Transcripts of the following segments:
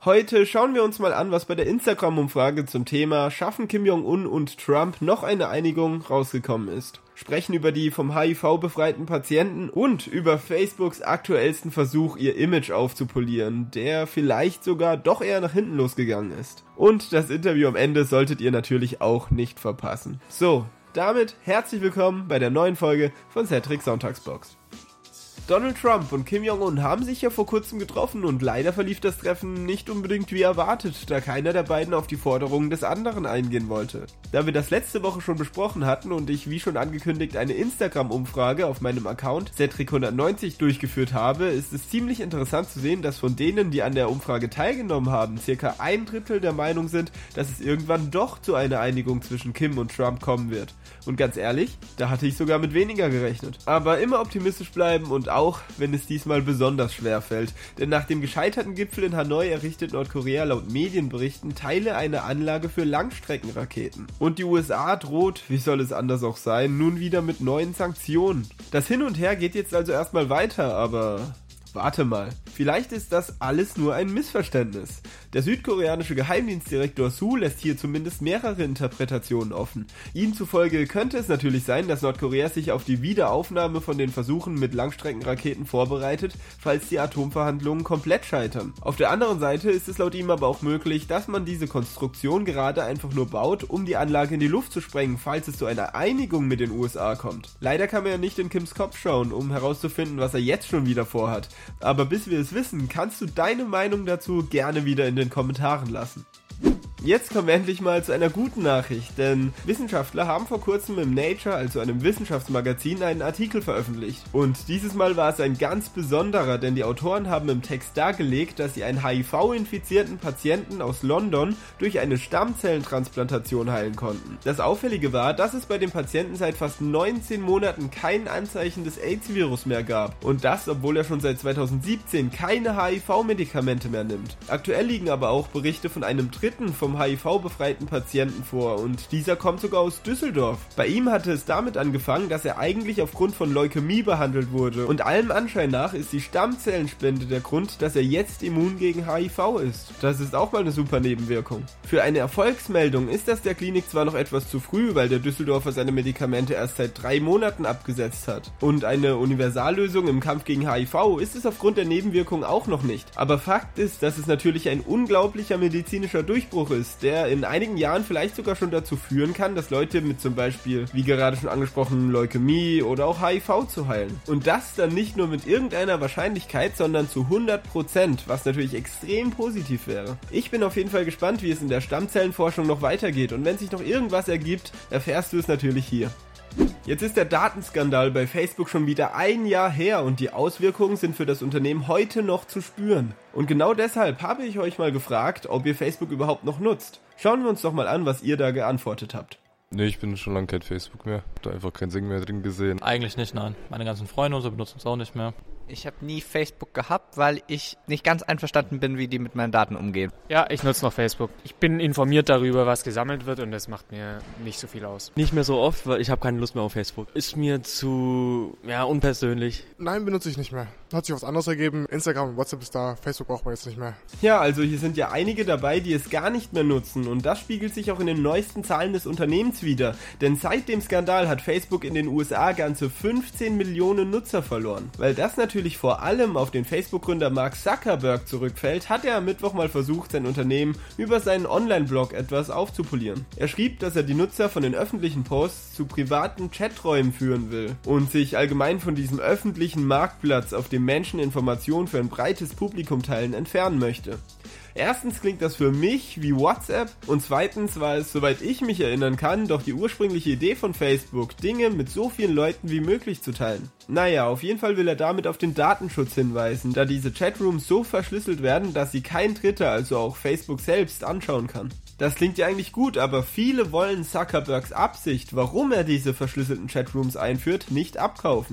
Heute schauen wir uns mal an, was bei der Instagram-Umfrage zum Thema Schaffen Kim Jong-un und Trump noch eine Einigung rausgekommen ist. Sprechen über die vom HIV befreiten Patienten und über Facebooks aktuellsten Versuch, ihr Image aufzupolieren, der vielleicht sogar doch eher nach hinten losgegangen ist. Und das Interview am Ende solltet ihr natürlich auch nicht verpassen. So, damit herzlich willkommen bei der neuen Folge von Cedric Sonntagsbox. Donald Trump und Kim Jong-un haben sich ja vor kurzem getroffen und leider verlief das Treffen nicht unbedingt wie erwartet, da keiner der beiden auf die Forderungen des anderen eingehen wollte. Da wir das letzte Woche schon besprochen hatten und ich wie schon angekündigt eine Instagram-Umfrage auf meinem Account Cedric190 durchgeführt habe, ist es ziemlich interessant zu sehen, dass von denen, die an der Umfrage teilgenommen haben, circa 1/3 der Meinung sind, dass es irgendwann doch zu einer Einigung zwischen Kim und Trump kommen wird. Und ganz ehrlich, da hatte ich sogar mit weniger gerechnet. Aber immer optimistisch bleiben und auch, wenn es diesmal besonders schwer fällt. Denn nach dem gescheiterten Gipfel in Hanoi errichtet Nordkorea laut Medienberichten Teile einer Anlage für Langstreckenraketen. Und die USA droht, wie soll es anders auch sein, nun wieder mit neuen Sanktionen. Das Hin und Her geht jetzt also erstmal weiter, aber warte mal, vielleicht ist das alles nur ein Missverständnis. Der südkoreanische Geheimdienstdirektor Su lässt hier zumindest mehrere Interpretationen offen. Ihm zufolge könnte es natürlich sein, dass Nordkorea sich auf die Wiederaufnahme von den Versuchen mit Langstreckenraketen vorbereitet, falls die Atomverhandlungen komplett scheitern. Auf der anderen Seite ist es laut ihm aber auch möglich, dass man diese Konstruktion gerade einfach nur baut, um die Anlage in die Luft zu sprengen, falls es zu einer Einigung mit den USA kommt. Leider kann man ja nicht in Kims Kopf schauen, um herauszufinden, was er jetzt schon wieder vorhat. Aber bis wir es wissen, kannst du deine Meinung dazu gerne wieder in den Kommentaren lassen. Jetzt kommen wir endlich mal zu einer guten Nachricht, denn Wissenschaftler haben vor kurzem im Nature, also einem Wissenschaftsmagazin, einen Artikel veröffentlicht. Und dieses Mal war es ein ganz besonderer, denn die Autoren haben im Text dargelegt, dass sie einen HIV-infizierten Patienten aus London durch eine Stammzellentransplantation heilen konnten. Das Auffällige war, dass es bei dem Patienten seit fast 19 Monaten kein Anzeichen des AIDS-Virus mehr gab. Und das, obwohl er schon seit 2017 keine HIV-Medikamente mehr nimmt. Aktuell liegen aber auch Berichte von einem dritten vom HIV-befreiten Patienten vor und dieser kommt sogar aus Düsseldorf. Bei ihm hatte es damit angefangen, dass er eigentlich aufgrund von Leukämie behandelt wurde und allem Anschein nach ist die Stammzellenspende der Grund, dass er jetzt immun gegen HIV ist. Das ist auch mal eine super Nebenwirkung. Für eine Erfolgsmeldung ist das der Klinik zwar noch etwas zu früh, weil der Düsseldorfer seine Medikamente erst seit 3 Monaten abgesetzt hat. Und eine Universallösung im Kampf gegen HIV ist es aufgrund der Nebenwirkungen auch noch nicht. Aber Fakt ist, dass es natürlich ein unglaublicher medizinischer Durchbruch ist, der in einigen Jahren vielleicht sogar schon dazu führen kann, dass Leute mit zum Beispiel, wie gerade schon angesprochen, Leukämie oder auch HIV zu heilen. Und das dann nicht nur mit irgendeiner Wahrscheinlichkeit, sondern zu 100%, was natürlich extrem positiv wäre. Ich bin auf jeden Fall gespannt, wie es in der Stammzellenforschung noch weitergeht und wenn sich noch irgendwas ergibt, erfährst du es natürlich hier. Jetzt ist der Datenskandal bei Facebook schon wieder 1 Jahr her und die Auswirkungen sind für das Unternehmen heute noch zu spüren. Und genau deshalb habe ich euch mal gefragt, ob ihr Facebook überhaupt noch nutzt. Schauen wir uns doch mal an, was ihr da geantwortet habt. Nee, ich bin schon lange kein Facebook mehr. Da einfach keinen Sinn mehr drin gesehen. Eigentlich nicht, nein. Meine ganzen Freunde und so benutzen es auch nicht mehr. Ich habe nie Facebook gehabt, weil ich nicht ganz einverstanden bin, wie die mit meinen Daten umgehen. Ja, ich nutze noch Facebook. Ich bin informiert darüber, was gesammelt wird und das macht mir nicht so viel aus. Nicht mehr so oft, weil ich habe keine Lust mehr auf Facebook. Ist mir zu, unpersönlich. Nein, benutze ich nicht mehr. Hat sich was anderes ergeben. Instagram und WhatsApp ist da, Facebook braucht man jetzt nicht mehr. Ja, also hier sind ja einige dabei, die es gar nicht mehr nutzen und das spiegelt sich auch in den neuesten Zahlen des Unternehmens wider. Denn seit dem Skandal hat Facebook in den USA ganze 15 Millionen Nutzer verloren. Weil das natürlich vor allem auf den Facebook-Gründer Mark Zuckerberg zurückfällt, hat er am Mittwoch mal versucht, sein Unternehmen über seinen Online-Blog etwas aufzupolieren. Er schrieb, dass er die Nutzer von den öffentlichen Posts zu privaten Chaträumen führen will und sich allgemein von diesem öffentlichen Marktplatz, auf dem Menschen Informationen für ein breites Publikum teilen, entfernen möchte. Erstens klingt das für mich wie WhatsApp und zweitens war es, soweit ich mich erinnern kann, doch die ursprüngliche Idee von Facebook, Dinge mit so vielen Leuten wie möglich zu teilen. Naja, auf jeden Fall will er damit auf den Datenschutz hinweisen, da diese Chatrooms so verschlüsselt werden, dass sie kein Dritter, also auch Facebook selbst, anschauen kann. Das klingt ja eigentlich gut, aber viele wollen Zuckerbergs Absicht, warum er diese verschlüsselten Chatrooms einführt, nicht abkaufen.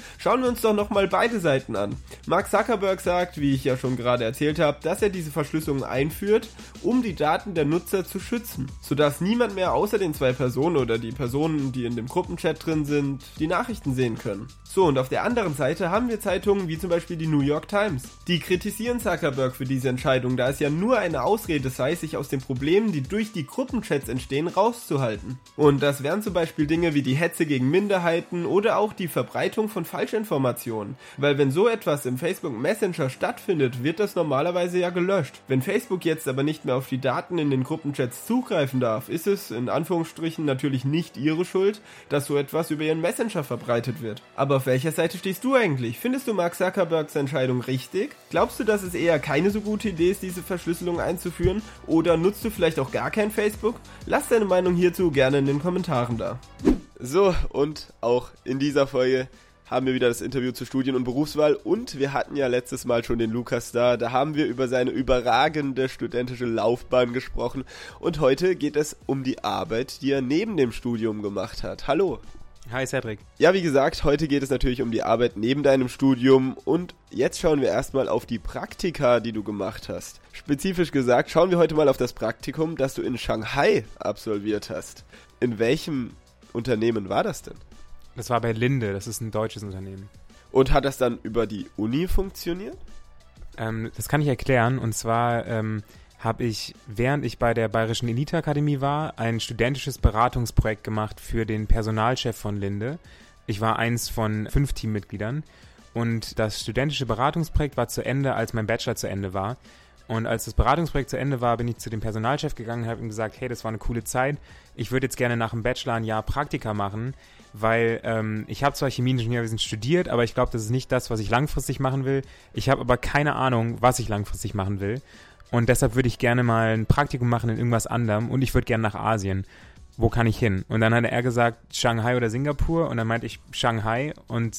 Schauen wir uns doch nochmal beide Seiten an. Mark Zuckerberg sagt, wie ich ja schon gerade erzählt habe, dass er diese Verschlüsselung einführt, um die Daten der Nutzer zu schützen, sodass niemand mehr außer den 2 Personen oder die Personen, die in dem Gruppenchat drin sind, die Nachrichten sehen können. So, und auf der anderen Seite haben wir Zeitungen wie zum Beispiel die New York Times. Die kritisieren Zuckerberg für diese Entscheidung, da es ja nur eine Ausrede sei, sich aus den Problemen, die durch die Gruppenchats entstehen, rauszuhalten. Und das wären zum Beispiel Dinge wie die Hetze gegen Minderheiten oder auch die Verbreitung von Falschinformationen. Weil wenn so etwas im Facebook Messenger stattfindet, wird das normalerweise ja gelöscht. Wenn Facebook jetzt aber nicht mehr auf die Daten in den Gruppenchats zugreifen darf, ist es in Anführungsstrichen natürlich nicht ihre Schuld, dass so etwas über ihren Messenger verbreitet wird. Aber auf welcher Seite stehst du eigentlich? Findest du Mark Zuckerbergs Entscheidung richtig? Glaubst du, dass es eher keine so gute Idee ist, diese Verschlüsselung einzuführen? Oder nutzt du vielleicht auch gar kein Facebook? Lass deine Meinung hierzu gerne in den Kommentaren da. So, und auch in dieser Folge haben wir wieder das Interview zur Studien- und Berufswahl und wir hatten ja letztes Mal schon den Lukas da haben wir über seine überragende studentische Laufbahn gesprochen und heute geht es um die Arbeit, die er neben dem Studium gemacht hat. Hallo! Hi Cedric. Ja, wie gesagt, heute geht es natürlich um die Arbeit neben deinem Studium und jetzt schauen wir erstmal auf die Praktika, die du gemacht hast. Spezifisch gesagt, schauen wir heute mal auf das Praktikum, das du in Shanghai absolviert hast. In welchem Unternehmen war das denn? Das war bei Linde, das ist ein deutsches Unternehmen. Und hat das dann über die Uni funktioniert? Das kann ich erklären und zwar habe ich, während ich bei der Bayerischen Elite-Akademie war, ein studentisches Beratungsprojekt gemacht für den Personalchef von Linde. Ich war eins von 5 Teammitgliedern und das studentische Beratungsprojekt war zu Ende, als mein Bachelor zu Ende war. Und als das Beratungsprojekt zu Ende war, bin ich zu dem Personalchef gegangen und habe ihm gesagt, hey, das war eine coole Zeit, ich würde jetzt gerne nach dem Bachelor ein Jahr Praktika machen, weil ich habe zwar Chemieingenieurwesen studiert, aber ich glaube, das ist nicht das, was ich langfristig machen will. Ich habe aber keine Ahnung, was ich langfristig machen will. Und deshalb würde ich gerne mal ein Praktikum machen in irgendwas anderem und ich würde gerne nach Asien. Wo kann ich hin? Und dann hat er gesagt, Shanghai oder Singapur und dann meinte ich Shanghai und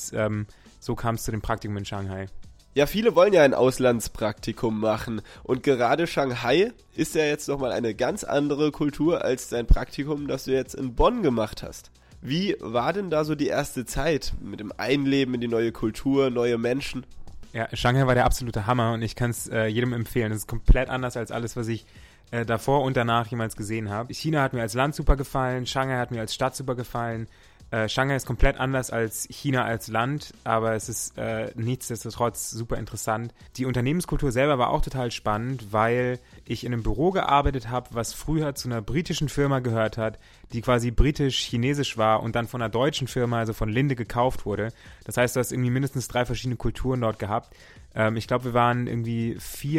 so kam es zu dem Praktikum in Shanghai. Ja, viele wollen ja ein Auslandspraktikum machen und gerade Shanghai ist ja jetzt nochmal eine ganz andere Kultur als dein Praktikum, das du jetzt in Bonn gemacht hast. Wie war denn da so die erste Zeit mit dem Einleben in die neue Kultur, neue Menschen? Ja, Shanghai war der absolute Hammer und ich kann es jedem empfehlen. Es ist komplett anders als alles, was ich davor und danach jemals gesehen habe. China hat mir als Land super gefallen, Shanghai hat mir als Stadt super gefallen. Shanghai ist komplett anders als China als Land, aber es ist nichtsdestotrotz super interessant. Die Unternehmenskultur selber war auch total spannend, weil ich in einem Büro gearbeitet habe, was früher zu einer britischen Firma gehört hat, die quasi britisch-chinesisch war und dann von einer deutschen Firma, also von Linde, gekauft wurde. Das heißt, du hast irgendwie mindestens 3 verschiedene Kulturen dort gehabt. Ich glaube, wir waren irgendwie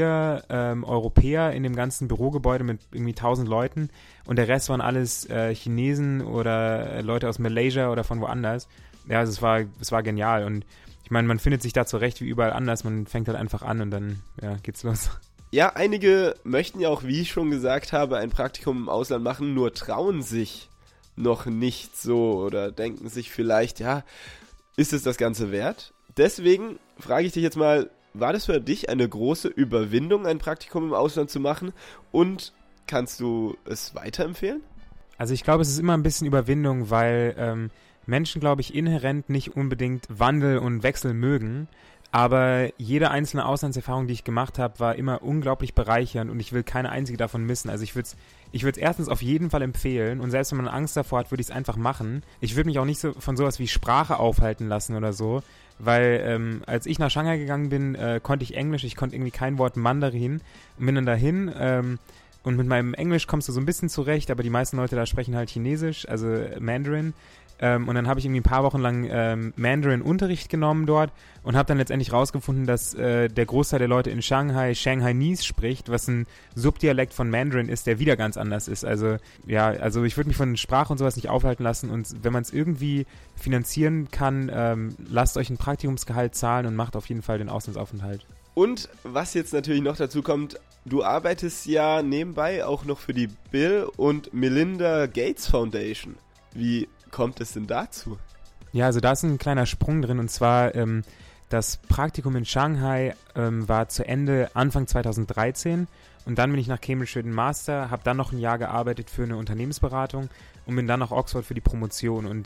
4 Europäer in dem ganzen Bürogebäude mit irgendwie 1000 Leuten und der Rest waren alles Chinesen oder Leute aus Malaysia oder von woanders. Ja, also es war genial und ich meine, man findet sich da zurecht wie überall anders, man fängt halt einfach an und dann geht's los. Ja, einige möchten ja auch, wie ich schon gesagt habe, ein Praktikum im Ausland machen, nur trauen sich noch nicht so oder denken sich vielleicht, ja, ist es das Ganze wert? Deswegen frage ich dich jetzt mal, war das für dich eine große Überwindung, ein Praktikum im Ausland zu machen und kannst du es weiterempfehlen? Also ich glaube, es ist immer ein bisschen Überwindung, weil Menschen, glaube ich, inhärent nicht unbedingt Wandel und Wechsel mögen, aber jede einzelne Auslandserfahrung, die ich gemacht habe, war immer unglaublich bereichernd und ich will keine einzige davon missen. Also ich würde es erstens auf jeden Fall empfehlen und selbst wenn man Angst davor hat, würde ich es einfach machen. Ich würde mich auch nicht so von sowas wie Sprache aufhalten lassen oder so, weil als ich nach Shanghai gegangen bin, konnte ich Englisch, ich konnte irgendwie kein Wort Mandarin und bin dann dahin und mit meinem Englisch kommst du so ein bisschen zurecht, aber die meisten Leute da sprechen halt Chinesisch, also Mandarin. Und dann habe ich irgendwie ein paar Wochen lang Mandarin-Unterricht genommen dort und habe dann letztendlich rausgefunden, dass der Großteil der Leute in Shanghai Shanghainese spricht, was ein Subdialekt von Mandarin ist, der wieder ganz anders ist. Also ja, also ich würde mich von Sprache und sowas nicht aufhalten lassen und wenn man es irgendwie finanzieren kann, lasst euch ein Praktikumsgehalt zahlen und macht auf jeden Fall den Auslandsaufenthalt. Und was jetzt natürlich noch dazu kommt, du arbeitest ja nebenbei auch noch für die Bill und Melinda Gates Foundation. Wie kommt es denn dazu? Ja, also da ist ein kleiner Sprung drin und zwar das Praktikum in Shanghai war zu Ende Anfang 2013 und dann bin ich nach Cambridge für den Master, habe dann noch ein Jahr gearbeitet für eine Unternehmensberatung und bin dann nach Oxford für die Promotion und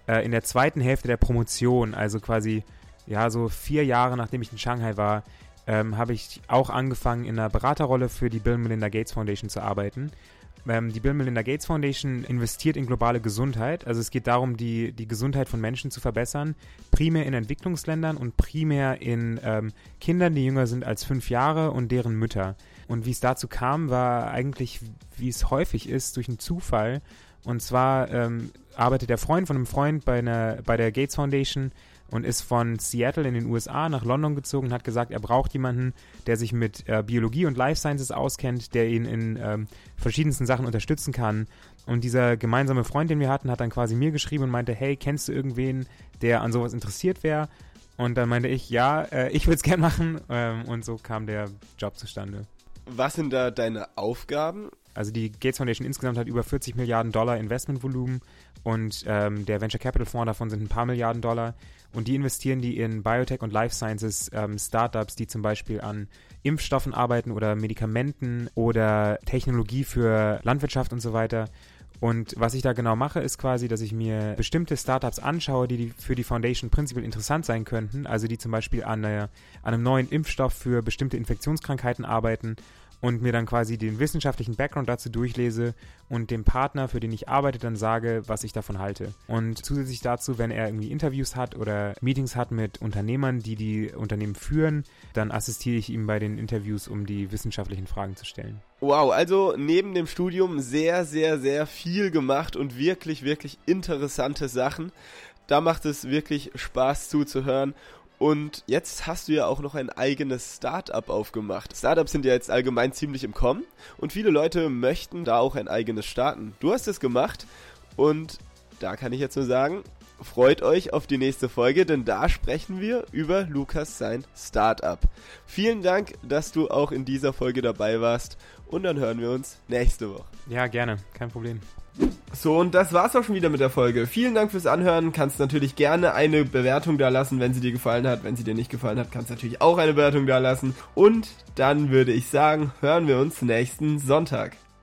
in der zweiten Hälfte der Promotion, also quasi ja so 4 Jahre nachdem ich in Shanghai war, habe ich auch angefangen in einer Beraterrolle für die Bill und Melinda Gates Foundation zu arbeiten. Die Bill und Melinda Gates Foundation investiert in globale Gesundheit. Also es geht darum, die Gesundheit von Menschen zu verbessern, primär in Entwicklungsländern und primär in Kindern, die jünger sind als 5 Jahre und deren Mütter. Und wie es dazu kam, war eigentlich, wie es häufig ist, durch einen Zufall. Und zwar arbeitet der Freund von einem Freund bei der Gates Foundation und ist von Seattle in den USA nach London gezogen und hat gesagt, er braucht jemanden, der sich mit Biologie und Life Sciences auskennt, der ihn in verschiedensten Sachen unterstützen kann. Und dieser gemeinsame Freund, den wir hatten, hat dann quasi mir geschrieben und meinte, hey, kennst du irgendwen, der an sowas interessiert wäre? Und dann meinte ich, ja, ich würde es gern machen. Und so kam der Job zustande. Was sind da deine Aufgaben? Also die Gates Foundation insgesamt hat über $40 Milliarden Investmentvolumen und der Venture Capital Fonds davon sind ein paar Milliarden $. Und die investieren die in Biotech und Life Sciences Startups, die zum Beispiel an Impfstoffen arbeiten oder Medikamenten oder Technologie für Landwirtschaft und so weiter. Und was ich da genau mache, ist quasi, dass ich mir bestimmte Startups anschaue, die für die Foundation prinzipiell interessant sein könnten, also die zum Beispiel an einem neuen Impfstoff für bestimmte Infektionskrankheiten arbeiten und mir dann quasi den wissenschaftlichen Background dazu durchlese und dem Partner, für den ich arbeite, dann sage, was ich davon halte. Und zusätzlich dazu, wenn er irgendwie Interviews hat oder Meetings hat mit Unternehmern, die Unternehmen führen, dann assistiere ich ihm bei den Interviews, um die wissenschaftlichen Fragen zu stellen. Wow, also neben dem Studium sehr, sehr, sehr viel gemacht und wirklich, wirklich interessante Sachen. Da macht es wirklich Spaß zuzuhören. Und jetzt hast du ja auch noch ein eigenes Startup aufgemacht. Startups sind ja jetzt allgemein ziemlich im Kommen und viele Leute möchten da auch ein eigenes starten. Du hast es gemacht und da kann ich jetzt nur sagen, freut euch auf die nächste Folge, denn da sprechen wir über Lukas sein Startup. Vielen Dank, dass du auch in dieser Folge dabei warst und dann hören wir uns nächste Woche. Ja, gerne, kein Problem. So, und das war's auch schon wieder mit der Folge. Vielen Dank fürs Anhören. Kannst natürlich gerne eine Bewertung da lassen, wenn sie dir gefallen hat. Wenn sie dir nicht gefallen hat, kannst du natürlich auch eine Bewertung da lassen. Und dann würde ich sagen, hören wir uns nächsten Sonntag.